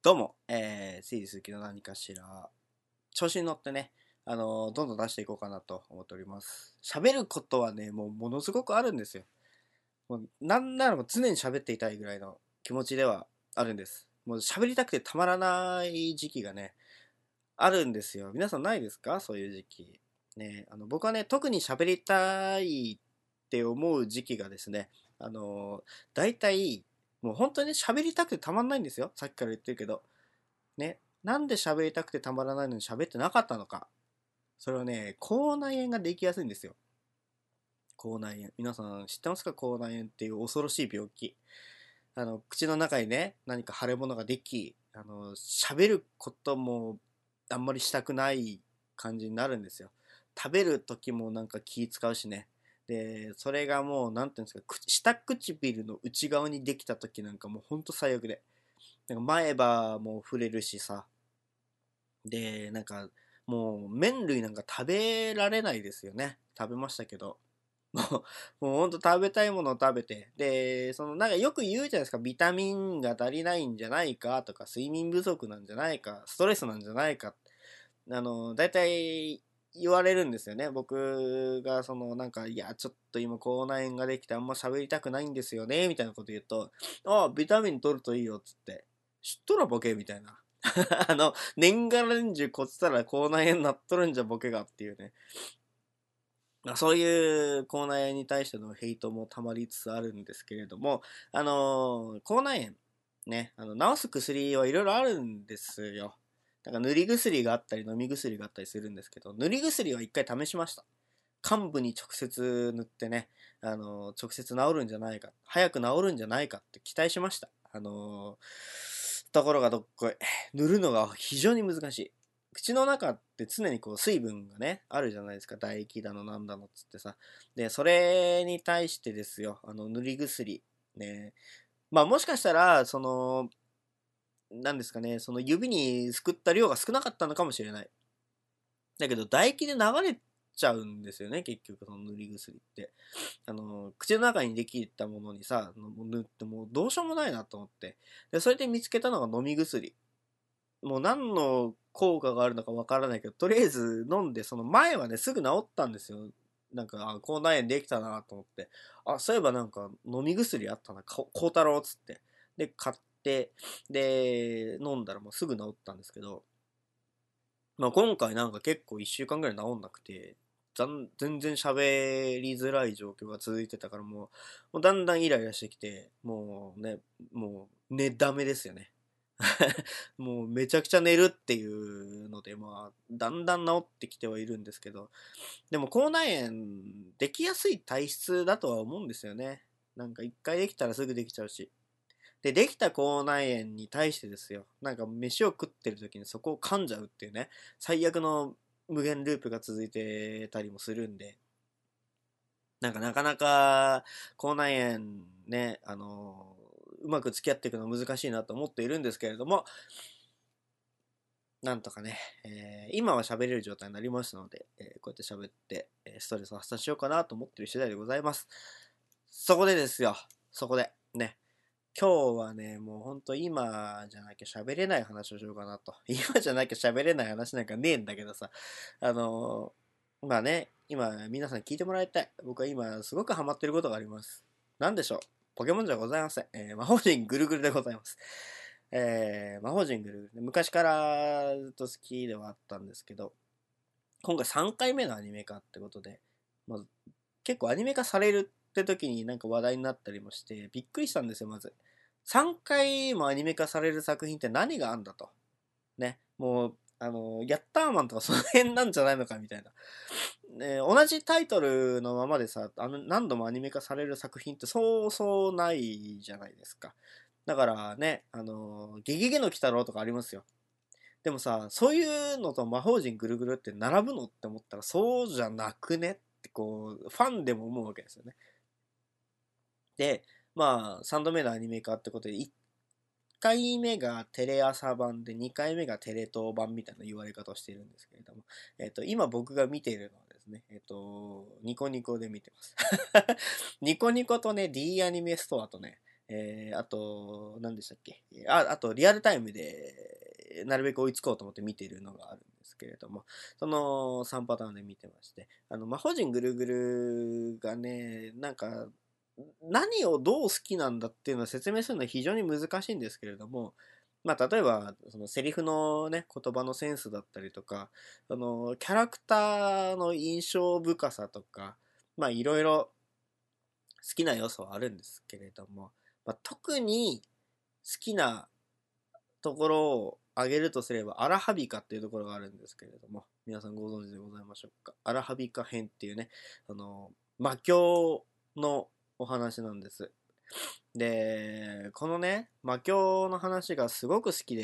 どうも、整理する気の何かしら、調子に乗ってね、どんどん出していこうかなと思っております。喋ることはね、もうものすごくあるんですよ。もうなんならもう常に喋っていたいぐらいの気持ちではあるんです。もう喋りたくてたまらない時期がね、あるんですよ。皆さんないですか？そういう時期。ね、僕はね、特に喋りたいって思う時期がですね、あの、大体、もう本当に喋りたくてたまんないんですよ。さっきから言ってるけど。ね、なんで喋りたくてたまらないのに喋ってなかったのか。それはね、口内炎ができやすいんですよ。口内炎。皆さん知ってますか？口内炎っていう恐ろしい病気。口の中にね、何か腫れ物ができ、喋ることもあんまりしたくない感じになるんですよ。食べる時もなんか気使うしね。で、それがもう、なんていうんですか、下唇の内側にできた時なんかもうほんと最悪で。なんか前歯も触れるしさ、で、なんか、もう麺類なんか食べられないですよね。食べましたけど。ももうほんと食べたいものを食べて。で、なんかよく言うじゃないですか。ビタミンが足りないんじゃないかとか、睡眠不足なんじゃないか、ストレスなんじゃないか。大体言われるんですよね。僕がなんか、いや、ちょっと今口内炎ができてあんま喋りたくないんですよね、みたいなこと言うと、ああ、ビタミン取るといいよ、つって。知っとらボケみたいな。年がら年中こっちたら口内炎なっとるんじゃボケがっていうね。そういう口内炎に対してのヘイトもたまりつつあるんですけれども、口内炎、ね、治す薬はいろいろあるんですよ。なんか塗り薬があったり飲み薬があったりするんですけど、塗り薬は一回試しました。患部に直接塗ってね、直接治るんじゃないか、早く治るんじゃないかって期待しました。ところがどっこい。塗るのが非常に難しい。口の中って常にこう水分がね、あるじゃないですか。唾液だのなんだのっつってさ。で、それに対してですよ、塗り薬。ね。まあもしかしたら、なんですかね、その指にすくった量が少なかったのかもしれない。だけど唾液で流れちゃうんですよね、結局その塗り薬って。口の中にできたものにさ、塗ってもうどうしようもないなと思って。で、それで見つけたのが飲み薬。もう何の効果があるのかわからないけど、とりあえず飲んで、その前はね、すぐ治ったんですよ。なんか、口内炎できたなと思って。あ、そういえばなんか飲み薬あったな、孝太郎っつって。で、買って、で、飲んだらもうすぐ治ったんですけど、まあ今回なんか結構1週間ぐらい治んなくて、全然喋りづらい状況が続いてたからもうだんだんイライラしてきて、もうね、もう寝ダメですよね。もうめちゃくちゃ寝るっていうので、まあ、だんだん治ってきてはいるんですけど、でも口内炎できやすい体質だとは思うんですよね。なんか一回できたらすぐできちゃうし。で、できた口内炎に対してですよ。なんか飯を食ってる時にそこを噛んじゃうっていうね、最悪の無限ループが続いてたりもするんで、なんかなかなか口内炎ね、うまく付き合っていくのは難しいなと思っているんですけれども、なんとかね、今は喋れる状態になりましたので、こうやって喋って、ストレスを発散しようかなと思っている次第でございます。そこでですよ、そこで、ね、今日はね、もうほんと今じゃなきゃ喋れない話をしようかなと。今じゃなきゃ喋れない話なんかねえんだけどさ、まあね、今皆さん聞いてもらいたい。僕は今すごくハマってることがあります。なんでしょう。ポケモンじゃございません。魔法陣ぐるぐるでございます。魔法陣ぐるぐる。昔からずっと好きではあったんですけど、今回3回目のアニメ化ってことで、まず結構アニメ化されるって時になんか話題になったりもして、びっくりしたんですよ、まず。3回もアニメ化される作品って何があんだと。ね。もう、ヤッターマンとかその辺なんじゃないのかみたいな。同じタイトルのままでさ、何度もアニメ化される作品ってそうそうないじゃないですか。だからね、ゲゲゲの鬼太郎とかありますよ。でもさ、そういうのと魔法陣ぐるぐるって並ぶのって思ったらそうじゃなくねってこう、ファンでも思うわけですよね。で、まあ、3度目のアニメ化ってことで、1回目がテレ朝版で、2回目がテレ東版みたいな言われ方をしているんですけれども、今僕が見ているのはですね、ニコニコで見てます。ニコニコとね、D アニメストアとね、 あと、何でしたっけ、あと、リアルタイムで、なるべく追いつこうと思って見てるのがあるんですけれども、その3パターンで見てまして、魔法陣ぐるぐるがね、なんか、何をどう好きなんだっていうのを説明するのは非常に難しいんですけれども、まあ、例えば、そのセリフのね、言葉のセンスだったりとか、キャラクターの印象深さとか、まあ、いろいろ好きな要素はあるんですけれども、まあ、特に好きなところを挙げるとすれば、アラハビカっていうところがあるんですけれども、皆さんご存知でございましょうか。アラハビカ編っていうね、魔教のお話なんです。で、このね、魔教の話がすごく好き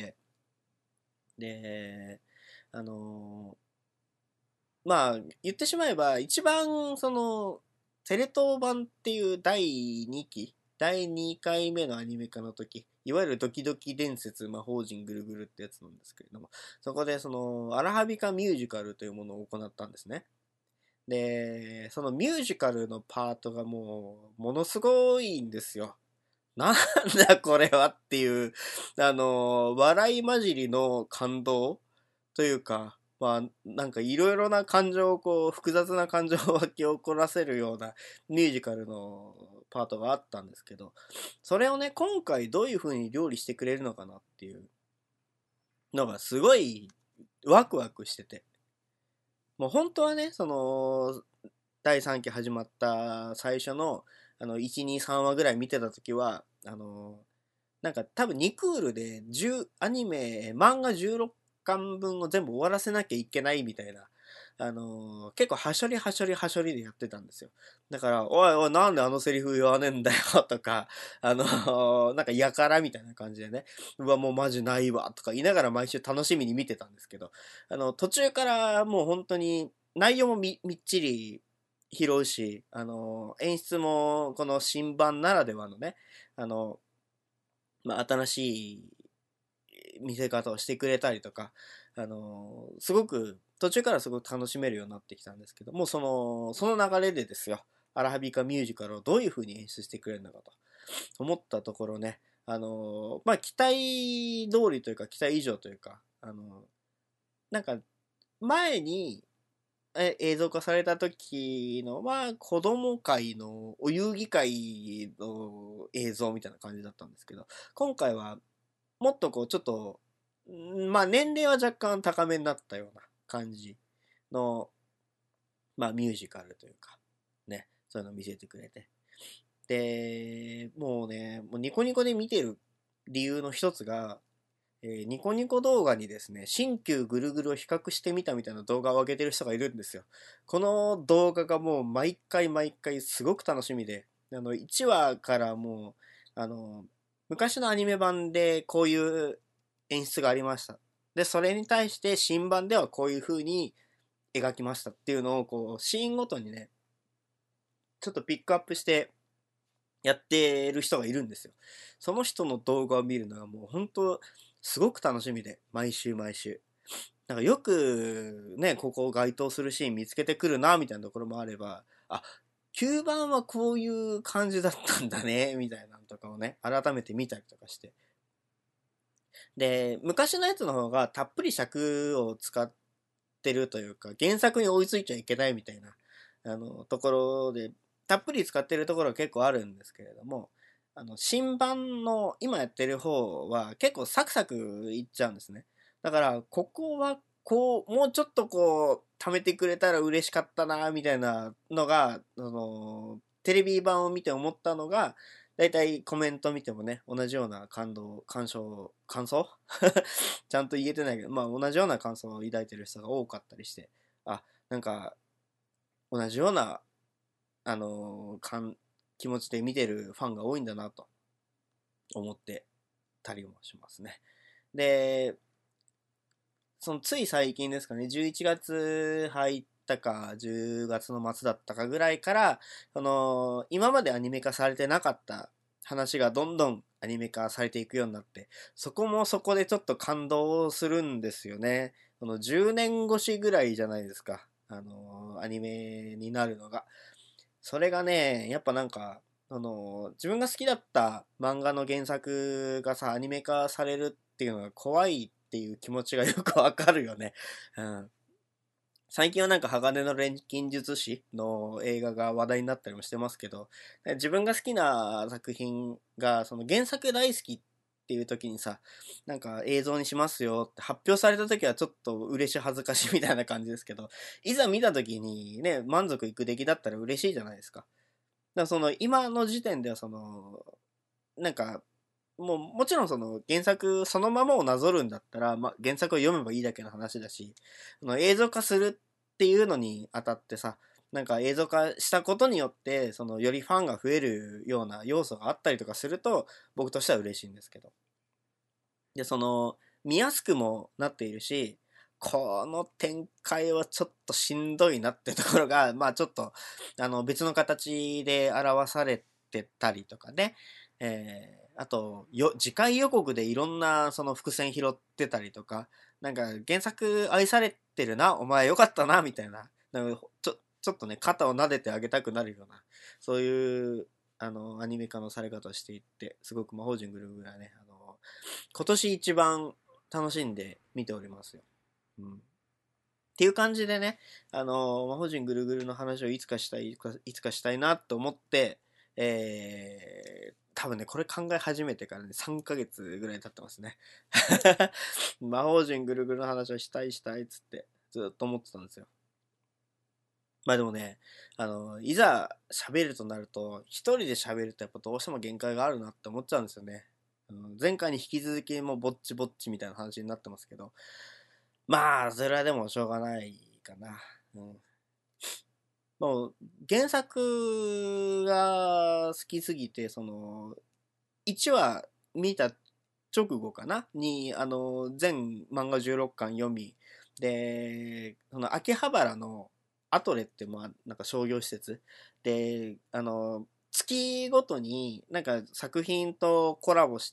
で、あのまあ、言ってしまえば、一番、テレ東版っていう第2期、第2回目のアニメ化の時、いわゆるドキドキ伝説魔法陣ぐるぐるってやつなんですけれども、そこでアラハビカミュージカルというものを行ったんですね。で、そのミュージカルのパートがもう、ものすごいんですよ。なんだこれはっていう、笑い混じりの感動というか、まあ、なんかいろいろな感情を複雑な感情を湧き起こらせるようなミュージカルのパートがあったんですけど、それをね、今回どういう風に料理してくれるのかなっていうのがすごいワクワクしてて。もう本当はね、第3期始まった最初の、1、2、3話ぐらい見てた時は、なんか多分2クールでアニメ、漫画16巻分を全部終わらせなきゃいけないみたいな、結構はしょりはしょりはしょりでやってたんですよ。だから、おいおい、なんであのセリフ言わねえんだよとか、なんかやからみたいな感じでね、うわ、もうマジないわとか言いながら毎週楽しみに見てたんですけど、途中からもう本当に内容もみっちり拾うし、演出もこの新版ならではのね、あの、まあ、新しい見せ方をしてくれたりとか、すごく、途中からすごく楽しめるようになってきたんですけども、その流れでですよ、アラハビカミュージカルをどういう風に演出してくれるのかと思ったところね、まあ、期待通りというか、期待以上というか、なんか、前に、映像化された時のは子供会のお遊戯会の映像みたいな感じだったんですけど、今回はもっとちょっと、まあ年齢は若干高めになったような感じの、まあミュージカルというか、ね、そういうのを見せてくれて。で、もうね、もうニコニコで見てる理由の一つが、ニコニコ動画にですね、新旧ぐるぐるを比較してみたみたいな動画を上げてる人がいるんですよ。この動画がもう毎回毎回すごく楽しみで、1話からもう、昔のアニメ版でこういう演出がありました。で、それに対して新版ではこういう風に描きましたっていうのを、シーンごとにね、ちょっとピックアップしてやってる人がいるんですよ。その人の動画を見るのがもう本当すごく楽しみで、毎週毎週。なんかよくね、ここを該当するシーン見つけてくるな、みたいなところもあれば、あ、9番はこういう感じだったんだね、みたいなのとかをね、改めて見たりとかして。で、昔のやつの方がたっぷり尺を使ってるというか、原作に追いついちゃいけないみたいな、ところで、たっぷり使ってるところが結構あるんですけれども、新版の今やってる方は結構サクサクいっちゃうんですね。だから、ここはもうちょっと貯めてくれたら嬉しかったな、みたいなのが、テレビ版を見て思ったのが、だいたいコメント見てもね、同じような感想ちゃんと言えてないけど、まあ同じような感想を抱いてる人が多かったりして、あ、なんか、同じような、あのーかん気持ちで見てるファンが多いんだなと思ってたりもしますね。で、つい最近ですかね、11月入ったか、10月の末だったかぐらいから、今までアニメ化されてなかった話がどんどんアニメ化されていくようになって、そこもそこでちょっと感動するんですよね。10年越しぐらいじゃないですか。アニメになるのが。それがね、やっぱなんか、 自分が好きだった漫画の原作がさ、アニメ化されるっていうのが怖いっていう気持ちがよくわかるよね。うん。最近はなんか鋼の錬金術師の映画が話題になったりもしてますけど、自分が好きな作品が、その原作大好きっていう時にさ、なんか映像にしますよって発表された時はちょっと嬉し恥ずかしいみたいな感じですけど、いざ見た時にね、満足いく出来だったら嬉しいじゃないですか。だからその今の時点ではその、なんか、もちろんその原作そのままをなぞるんだったら、まあ、原作を読めばいいだけの話だし、映像化するっていうのにあたってさ、なんか映像化したことによって、そのよりファンが増えるような要素があったりとかすると、僕としては嬉しいんですけど。で、見やすくもなっているし、この展開はちょっとしんどいなってところが、まあちょっと、別の形で表されてたりとかね。あと、次回予告でいろんなその伏線拾ってたりとか、なんか原作愛されてるな、お前よかったな、みたいな。なんかちょっとね、肩を撫でてあげたくなるような、そういう、アニメ化のされ方をしていって、すごく魔法陣ぐるぐるはね、今年一番楽しんで見ておりますよ。うん。っていう感じでね、魔法陣ぐるぐるの話をいつかしたいなと思って、多分ね、これ考え始めてからね、3ヶ月ぐらい経ってますね。魔法陣ぐるぐるの話をしたいっつって、ずっと思ってたんですよ。まあでもね、いざ喋るとなると、一人で喋るとやっぱどうしても限界があるなって思っちゃうんですよね。前回に引き続きもうぼっちぼっちみたいな話になってますけど、まあ、それはでもしょうがないかな。うん。もう、原作が好きすぎて、1話見た直後かなに、全漫画16巻読み、で、秋葉原のアトレって、まあ、なんか商業施設で、月ごとになんか作品とコラボして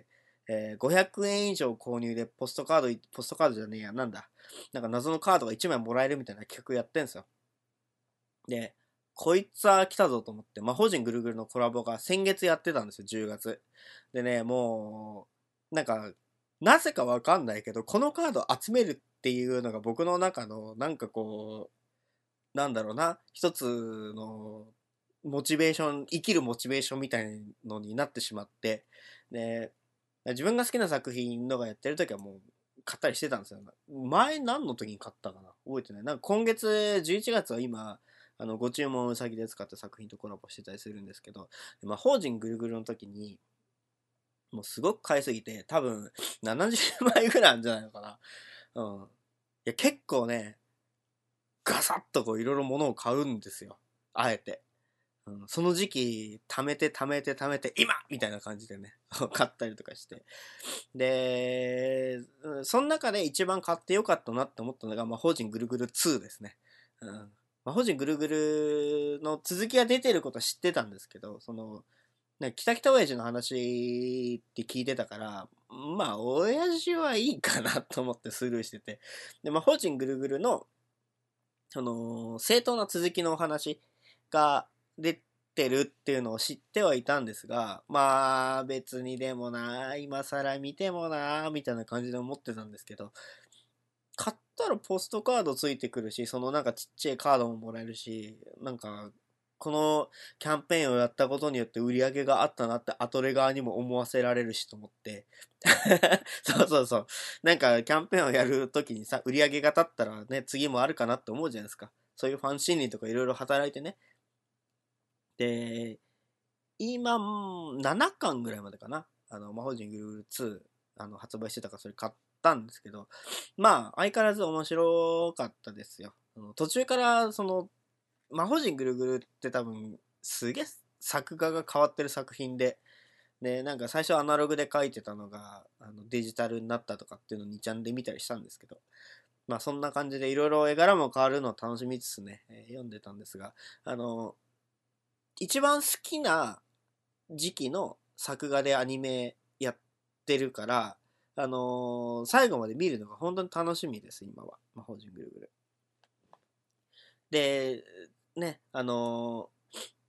、500円以上購入でポストカードじゃねえや、なんだ。なんか謎のカードが1枚もらえるみたいな企画やってんすよ。で、こいつは来たぞと思って、魔法陣ぐるぐるのコラボが先月やってたんですよ、10月。でね、もう、なんか、なぜかわかんないけど、このカード集めるっていうのが僕の中の、なんかこう、なんだろうな、一つのモチベーション、生きるモチベーションみたいのになってしまって、で、自分が好きな作品のがやってる時はもう買ったりしてたんですよ。前何の時に買ったかな覚えてない。なんか今月11月は今、ご注文先で使った作品とコラボしてたりするんですけど、まあ、法人ぐるぐるの時に、もうすごく買いすぎて、多分70枚ぐらいあるんじゃないのかな。うん。いや、結構ね、ガサッとこういろいろ物を買うんですよ。あえて。うん、その時期、貯めて、今みたいな感じでね、買ったりとかして。で、その中で一番買ってよかったなって思ったのが、魔法陣ぐるぐる2ですね。うん。魔法陣ぐるぐるの続きが出てることは知ってたんですけど、なんか北北親父の話って聞いてたから、まあ、親父はいいかなと思ってスルーしてて。で、魔法陣ぐるぐるの、正当な続きのお話が出てるっていうのを知ってはいたんですが、まあ別にでもな、今更見てもな、みたいな感じで思ってたんですけど、買ったらポストカードついてくるし、なんかちっちゃいカードももらえるし、なんか、このキャンペーンをやったことによって売り上げがあったなってアトレ側にも思わせられるしと思って。そうそうそう。なんかキャンペーンをやるときにさ、売り上げが立ったらね、次もあるかなって思うじゃないですか。そういうファン心理とかいろいろ働いてね。で、今、7巻ぐらいまでかな。魔法陣グルール2、発売してたからそれ買ったんですけど、まあ、相変わらず面白かったですよ。途中から、魔法陣ぐるぐるって多分、すげえ作画が変わってる作品で、で、なんか最初アナログで書いてたのが、デジタルになったとかっていうのを2ちゃんで見たりしたんですけど、まあそんな感じでいろいろ絵柄も変わるのを楽しみつつね、読んでたんですが、あの、一番好きな時期の作画でアニメやってるから、最後まで見るのが本当に楽しみです、今は。魔法陣ぐるぐる。で、ね、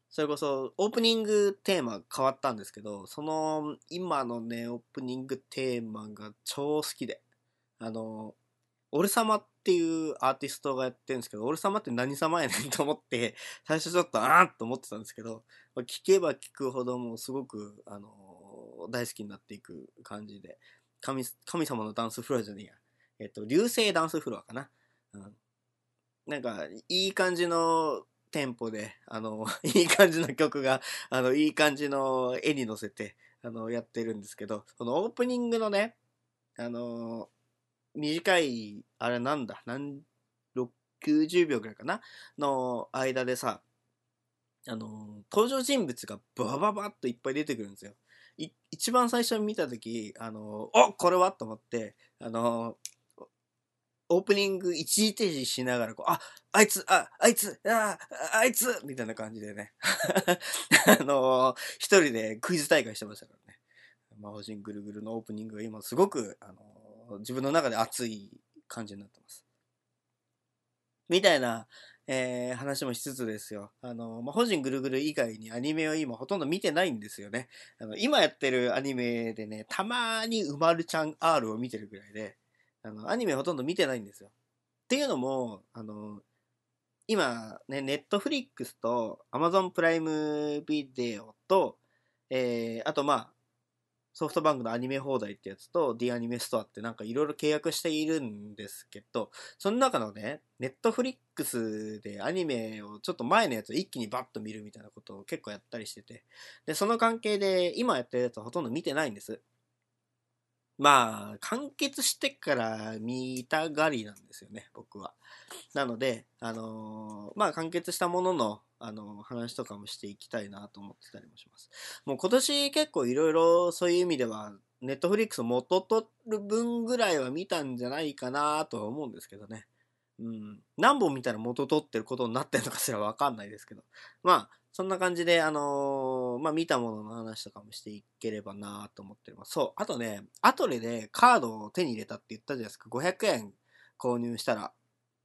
それこそオープニングテーマ変わったんですけど、その今のね、オープニングテーマが超好きで、あの、オル様っていうアーティストがやってるんですけど、オル様って何様やねんと思って、最初ちょっとあーっと思ってたんですけど、聞けば聞くほどもうすごく、大好きになっていく感じで、神様のダンスフロアじゃねえや。流星ダンスフロアかな。うん。なんか、いい感じのテンポで、いい感じの曲が、いい感じの絵に乗せて、やってるんですけど、そのオープニングのね、あの、短い、あれなんだ、90秒ぐらいかなの間でさ、登場人物がバババッといっぱい出てくるんですよ。一番最初に見たとき、おこれはと思って、オープニング一時停止しながらあいつ、あいつみたいな感じでね。一人でクイズ大会してましたからね。魔法陣ぐるぐるのオープニングが今すごく、自分の中で熱い感じになってます。みたいな、話もしつつですよ。魔法陣ぐるぐる以外にアニメを今ほとんど見てないんですよね。今やってるアニメでね、たまにうまるちゃん R を見てるぐらいで、アニメほとんど見てないんですよ。っていうのも、今ね、ネットフリックスとアマゾンプライムビデオと、あとソフトバンクのアニメ放題ってやつと D アニメストアってなんかいろいろ契約しているんですけど、その中のね、ネットフリックスでアニメをちょっと前のやつを一気にバッと見るみたいなことを結構やったりしてて、で、その関係で今やってるやつはほとんど見てないんです。完結してから見たがりなんですよね、僕は。なので、完結したものの、話とかもしていきたいなと思ってたりもします。もう今年結構いろいろそういう意味では、ネットフリックス元取る分ぐらいは見たんじゃないかなとは思うんですけどね。うん。何本見たら元取ってることになってるのかすらわかんないですけど。そんな感じで、見たものの話とかもしていければなと思っております。そう。あとね、アトレでカードを手に入れたって言ったじゃないですか。500円購入したら、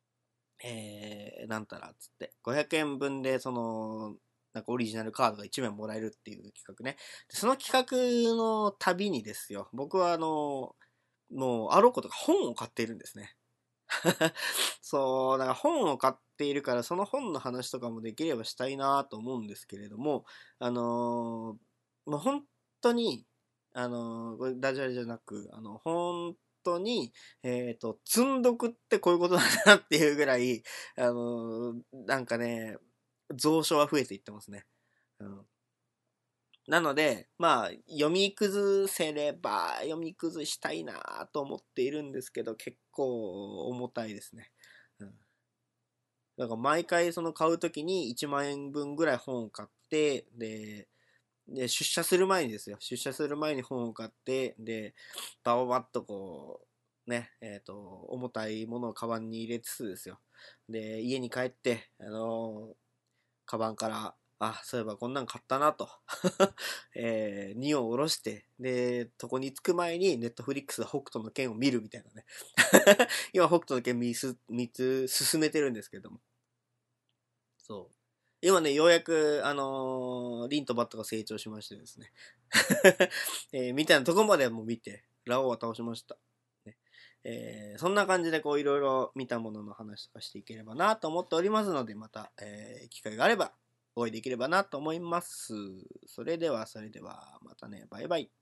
なんたらっつって、500円分でなんかオリジナルカードが1枚もらえるっていう企画ね。でその企画の旅にですよ、僕はもうあろうことか本を買っているんですね。そう、だから本を買っているから、その本の話とかもできればしたいなと思うんですけれども、本当に、これダジャレじゃなく、本当に、積んどくってこういうことなんだなっていうぐらい、なんかね、蔵書は増えていってますね。なので、読み崩せれば読み崩したいなと思っているんですけど、結構重たいですね。うん。だから毎回その買うときに1万円分ぐらい本を買って、で、出社する前にですよ。出社する前に本を買って、で、バババッとね、重たいものをカバンに入れつつですよ。で、家に帰って、カバンから、そういえばこんなん買ったなと。荷を下ろして、で、床に着く前にネットフリックスで北斗の拳を見るみたいなね。今北斗の拳3つ進めてるんですけども。そう。今ね、ようやく、リンとバットが成長しましてですね。みたいなとこまでもう見て、ラオウは倒しました。ねそんな感じでこういろいろ見たものの話とかしていければなと思っておりますので、また、機会があればお会いできればなと思います。それでは、またね、バイバイ。